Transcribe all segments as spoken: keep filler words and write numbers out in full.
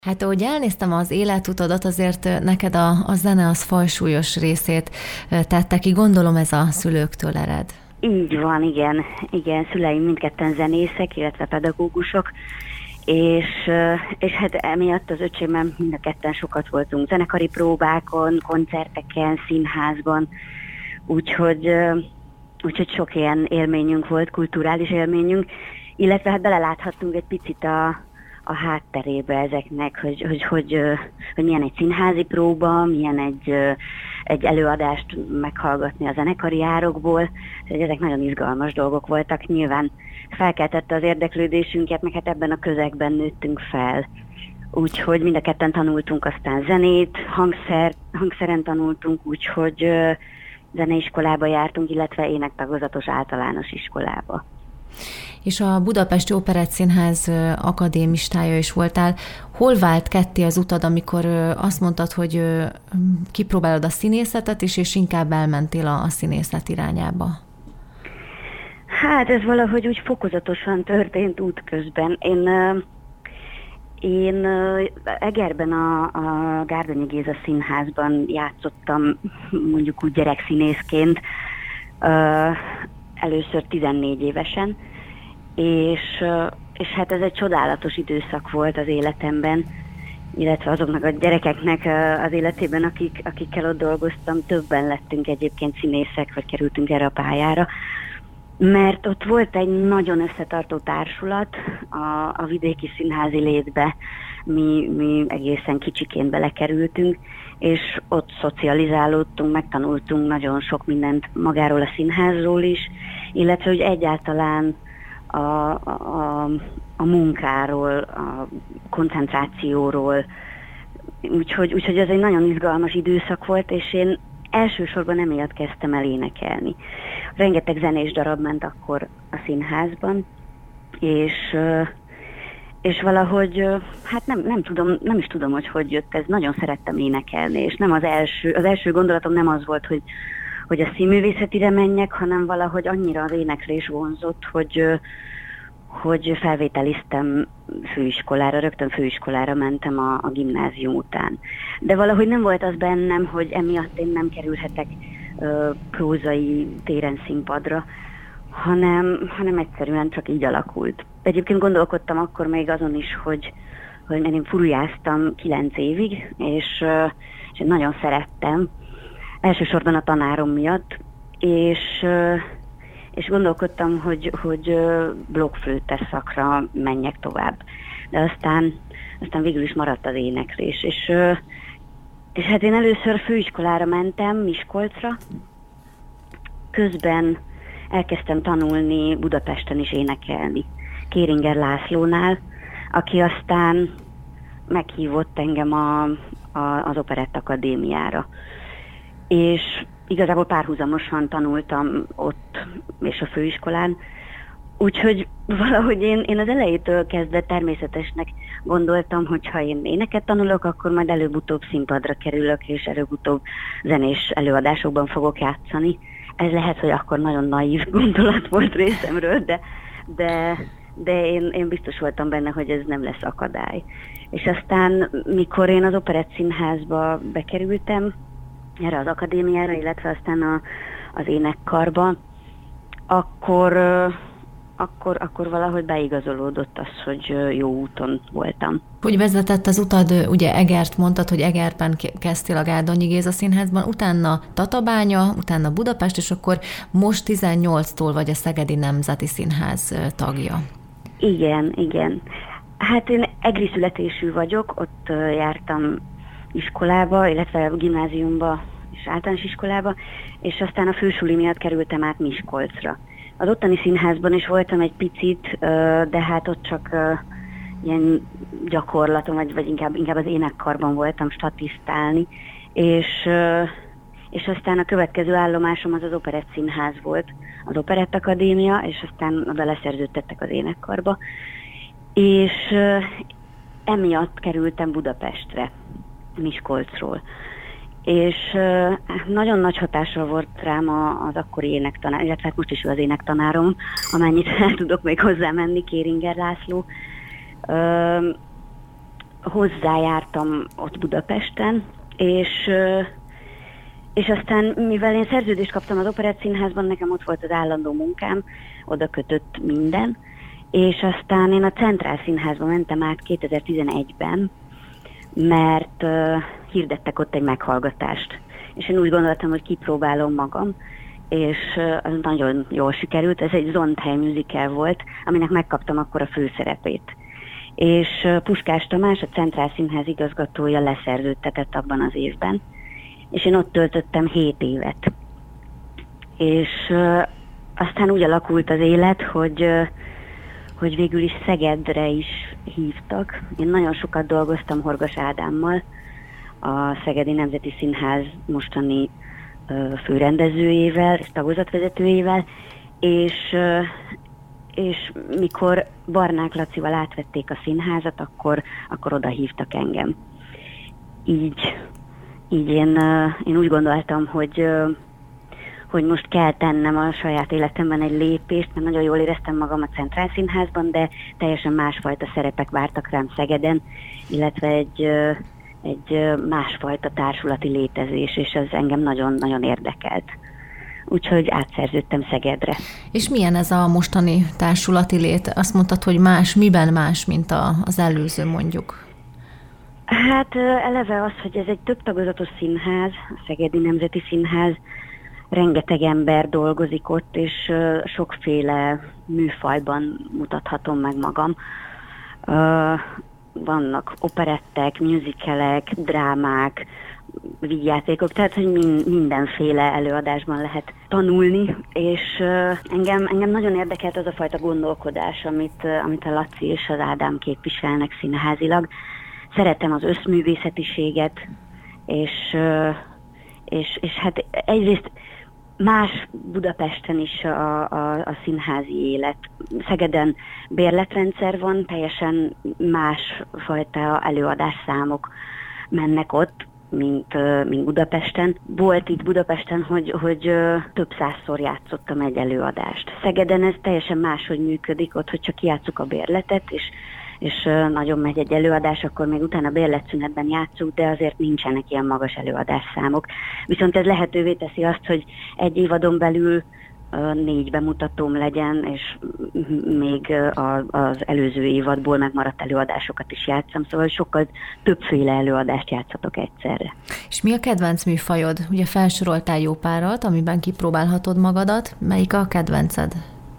Hát ahogy elnéztem az életutadat, azért neked a, a zene az fajsúlyos részét tette ki, gondolom ez a szülőktől ered. Így van, igen. Igen, szüleim mindketten zenészek, illetve pedagógusok, és, és hát emiatt az öcsémmel mind a ketten sokat voltunk zenekari próbákon, koncerteken, színházban, úgyhogy, úgyhogy sok ilyen élményünk volt, kulturális élményünk, illetve hát beleláthattunk egy picit a a hátterébe ezeknek, hogy, hogy, hogy, hogy milyen egy színházi próba, milyen egy, egy előadást meghallgatni a zenekari árokból, hogy ezek nagyon izgalmas dolgok voltak. Nyilván felkeltette az érdeklődésünket, meg hát ebben a közegben nőttünk fel. Úgyhogy mind a ketten tanultunk aztán zenét, hangszer, hangszeren tanultunk, úgyhogy zeneiskolába jártunk, illetve énektagozatos általános iskolába. És a Budapesti Operettszínház akadémistája is voltál. Hol vált ketté az utad, amikor azt mondtad, hogy kipróbálod a színészetet is, és inkább elmentél a színészet irányába? Hát ez valahogy úgy fokozatosan történt útközben. Én, én Egerben a, a Gárdonyi Géza Színházban játszottam, mondjuk úgy gyerekszínészként, először tizennégy évesen, és, és hát ez egy csodálatos időszak volt az életemben, illetve azoknak a gyerekeknek az életében, akik, akikkel ott dolgoztam, többen lettünk egyébként színészek, vagy kerültünk erre a pályára, mert ott volt egy nagyon összetartó társulat a, a vidéki színházi létbe, mi, mi egészen kicsiként belekerültünk, és ott szocializálódtunk, megtanultunk nagyon sok mindent magáról a színházról is, illetve hogy egyáltalán a, a, a munkáról, a koncentrációról, úgyhogy, úgyhogy ez egy nagyon izgalmas időszak volt, és én elsősorban emiatt kezdtem el énekelni. Rengeteg zenés darab ment akkor a színházban, és, és valahogy, hát nem, nem tudom, nem is tudom, hogy hogy jött ez, nagyon szerettem énekelni, és nem az első, az első gondolatom nem az volt, hogy, hogy a színművészetire menjek, hanem valahogy annyira az éneklés vonzott, hogy, hogy felvételiztem főiskolára, rögtön főiskolára mentem a, a gimnázium után. De valahogy nem volt az bennem, hogy emiatt én nem kerülhetek ö, prózai téren színpadra, hanem, hanem egyszerűen csak így alakult. Egyébként gondolkodtam akkor még azon is, hogy, hogy én furujáztam kilenc évig, és, és én nagyon szerettem, elsősorban a tanárom miatt, és, és gondolkodtam, hogy, hogy blokkflőte szakra menjek tovább. De aztán, aztán végül is maradt az éneklés. És, és hát én először főiskolára mentem, Miskolcra, közben elkezdtem tanulni Budapesten is énekelni, Kéringer Lászlónál, aki aztán meghívott engem a, a, az Operett Akadémiára. És igazából párhuzamosan tanultam ott és a főiskolán, úgyhogy valahogy én, én az elejétől kezdve természetesnek gondoltam, hogy ha én éneket tanulok, akkor majd előbb-utóbb színpadra kerülök, és előbb-utóbb zenés előadásokban fogok játszani. Ez lehet, hogy akkor nagyon naív gondolat volt részemről, de, de, de én, én biztos voltam benne, hogy ez nem lesz akadály. És aztán, mikor én az Operettszínházba bekerültem, erre az akadémiára, illetve aztán a, az énekkarba, akkor, akkor, akkor valahogy beigazolódott az, hogy jó úton voltam. Hogy vezetett az utad, ugye Egert mondtad, hogy Egerben kezdtél a Gárdonyi Géza Színházban, utána Tatabánya, utána Budapest, és akkor most tizennyolctól vagy a Szegedi Nemzeti Színház tagja. Igen, igen. Hát én egri születésű vagyok, ott jártam iskolába, illetve gimnáziumba és általános iskolába, és aztán a fősuli miatt kerültem át Miskolcra. Az ottani színházban is voltam egy picit, de hát ott csak ilyen gyakorlatom, vagy, vagy inkább, inkább az énekkarban voltam statisztálni, és, és aztán a következő állomásom az az Operettszínház volt, az Operett Akadémia, és aztán oda leszerződtettek az énekkarba, és emiatt kerültem Budapestre, Miskolcról. És uh, nagyon nagy hatással volt rám a, az akkori énektanár, illetve hát most is ő az énektanárom, amennyit el tudok még hozzá menni, Kéringer László. Uh, hozzájártam ott Budapesten, és, és aztán, mivel én szerződést kaptam az Operettszínházban, nekem ott volt az állandó munkám, oda kötött minden, és aztán én a Centrál Színházba mentem át kétezer-tizenegyben, mert uh, hirdettek ott egy meghallgatást. És én úgy gondoltam, hogy kipróbálom magam, és uh, az nagyon jól sikerült. Ez egy Zondheim musical volt, aminek megkaptam akkor a főszerepét. És uh, Puskás Tamás, a Centrál Színház igazgatója leszerződtetett abban az évben, és én ott töltöttem hét évet. És uh, aztán úgy alakult az élet, hogy uh, hogy végül is Szegedre is hívtak. Én nagyon sokat dolgoztam Horgas Ádámmal, a Szegedi Nemzeti Színház mostani uh, főrendezőjével és tagozatvezetőjével, és, uh, és mikor Barnák Lacival átvették a színházat, akkor, akkor oda hívtak engem. Így, így én, uh, én úgy gondoltam, hogy uh, hogy most kell tennem a saját életemben egy lépést, mert nagyon jól éreztem magam a Centrál Színházban, de teljesen másfajta szerepek vártak rám Szegeden, illetve egy, egy másfajta társulati létezés, és ez engem nagyon-nagyon érdekelt. Úgyhogy átszerződtem Szegedre. És milyen ez a mostani társulati lét? Azt mondtad, hogy más, miben más, mint a, az előző mondjuk? Hát eleve az, hogy ez egy több tagozatos színház, a Szegedi Nemzeti Színház, rengeteg ember dolgozik ott, és uh, sokféle műfajban mutathatom meg magam. Uh, vannak operettek, musicalek, drámák, vígjátékok, tehát hogy min- mindenféle előadásban lehet tanulni, és uh, engem, engem nagyon érdekelt az a fajta gondolkodás, amit, uh, amit a Laci és az Ádám képviselnek színházilag. Szeretem az összművészetiséget, és, uh, és, és hát egyrészt más Budapesten is a, a, a színházi élet. Szegeden bérletrendszer van, teljesen másfajta előadásszámok mennek ott, mint, mint Budapesten. Volt itt Budapesten, hogy, hogy több százszor játszottam egy előadást. Szegeden ez teljesen máshogy működik, ott, hogy csak kijátszuk a bérletet, és és nagyon megy egy előadás, akkor még utána bérletszünetben játszunk, de azért nincsenek ilyen magas előadásszámok. Viszont ez lehetővé teszi azt, hogy egy évadon belül négy bemutatóm legyen, és még az előző évadból megmaradt előadásokat is játszom, szóval sokkal többféle előadást játszhatok egyszerre. És mi a kedvenc műfajod? Ugye felsoroltál jó párat, amiben kipróbálhatod magadat. Melyik a kedvenced?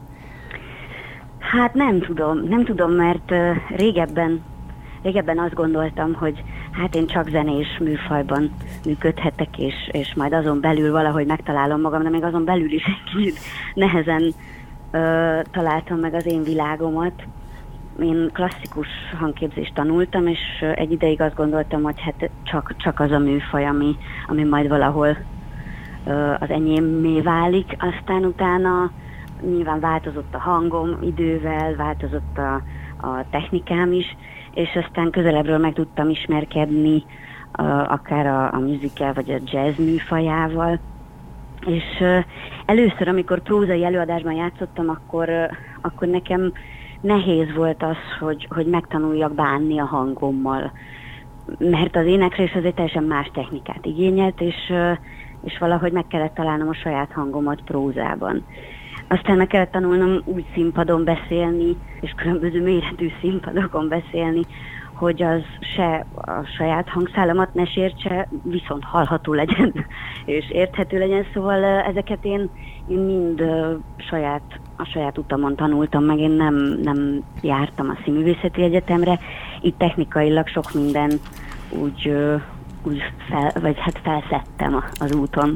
Hát nem tudom, nem tudom, mert uh, régebben, régebben azt gondoltam, hogy hát én csak zenés műfajban működhetek, és, és majd azon belül valahogy megtalálom magam, de még azon belül is egy kicsit nehezen uh, találtam meg az én világomat. Én klasszikus hangképzést tanultam, és egy ideig azt gondoltam, hogy hát csak, csak az a műfaj, ami, ami majd valahol uh, az enyémmé válik, aztán utána nyilván változott a hangom idővel, változott a, a technikám is, és aztán közelebbről meg tudtam ismerkedni a, akár a, a musical vagy a jazz műfajával. És uh, először, amikor prózai előadásban játszottam, akkor, uh, akkor nekem nehéz volt az, hogy, hogy megtanuljak bánni a hangommal. Mert az éneklés az egy teljesen más technikát igényelt, és, uh, és valahogy meg kellett találnom a saját hangomat prózában. Aztán meg kellett tanulnom úgy színpadon beszélni, és különböző méretű színpadokon beszélni, hogy az se a saját hangszálamat ne sértse, viszont hallható legyen, és érthető legyen. Szóval ezeket én, én mind saját, a saját utamon tanultam meg, én nem, nem jártam a Színművészeti Egyetemre. Itt technikailag sok minden úgy, úgy fel, vagy hát felszettem az úton.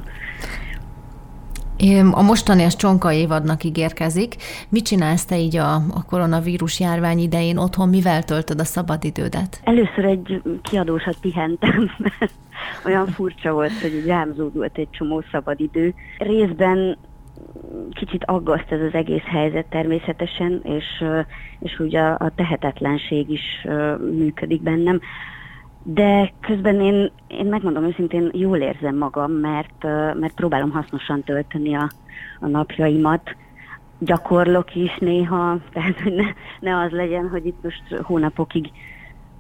A mostani az csonka évadnak ígérkezik. Mit csinálsz te így a, a koronavírus járvány idején otthon, mivel töltöd a szabadidődet? Először egy kiadósat pihentem, mert olyan furcsa volt, hogy így rám zúdult egy csomó szabadidő. Részben kicsit aggaszt ez az egész helyzet természetesen, és, és úgy a, a tehetetlenség is működik bennem. De közben én, én megmondom őszintén, jól érzem magam, mert, mert próbálom hasznosan tölteni a, a napjaimat. Gyakorlok is néha, tehát hogy ne, ne az legyen, hogy itt most hónapokig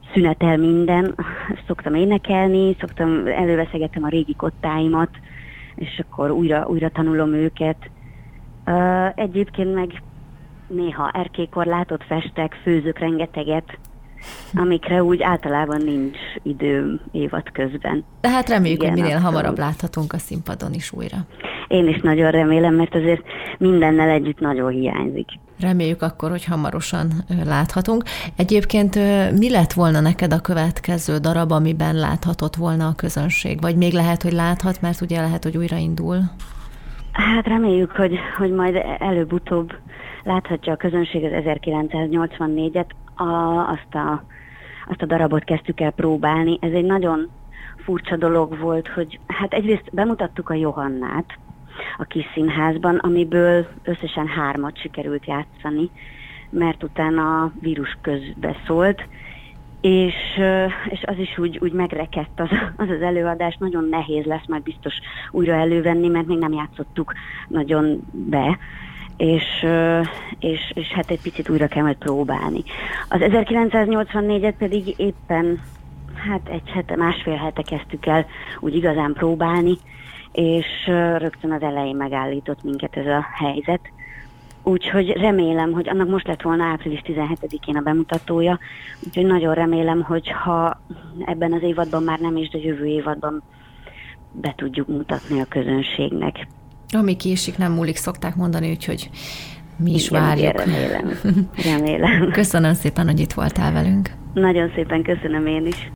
szünetel minden. Szoktam énekelni, szoktam, előveszegetem a régi kottáimat, és akkor újra, újra tanulom őket. Uh, egyébként meg néha erkélykorlátot festek, főzök rengeteget, amikre úgy általában nincs időm évad közben. Tehát reméljük, Igen, hogy minél abszolút. hamarabb láthatunk a színpadon is újra. Én is nagyon remélem, mert azért mindennel együtt nagyon hiányzik. Reméljük akkor, hogy hamarosan láthatunk. Egyébként mi lett volna neked a következő darab, amiben láthatott volna a közönség? Vagy még lehet, hogy láthat, mert ugye lehet, hogy újraindul? Hát reméljük, hogy, hogy majd előbb-utóbb láthatja a közönség az ezerkilencszáznyolcvannégyet. A, azt, a, azt a darabot kezdtük el próbálni. Ez egy nagyon furcsa dolog volt, hogy hát egyrészt bemutattuk a Johannát a kis színházban, amiből összesen hármat sikerült játszani, mert utána a vírus közbeszólt, és, és az is úgy, úgy megrekedt az, az az előadás, nagyon nehéz lesz majd biztos újra elővenni, mert még nem játszottuk nagyon be, és, és, és hát egy picit újra kell majd próbálni. Az ezerkilencszáznyolcvannégyet pedig éppen hát egy hete, másfél hete kezdtük el úgy igazán próbálni, és rögtön az elején megállított minket ez a helyzet. Úgyhogy remélem, hogy annak most lett volna április tizenhetedikén a bemutatója, úgyhogy nagyon remélem, hogy ha ebben az évadban már nem is, de jövő évadban be tudjuk mutatni a közönségnek. Ami késik, nem múlik, szokták mondani, úgyhogy mi is Igen, várjuk. Igen, remélem. remélem. Köszönöm szépen, hogy itt voltál velünk. Nagyon szépen köszönöm én is.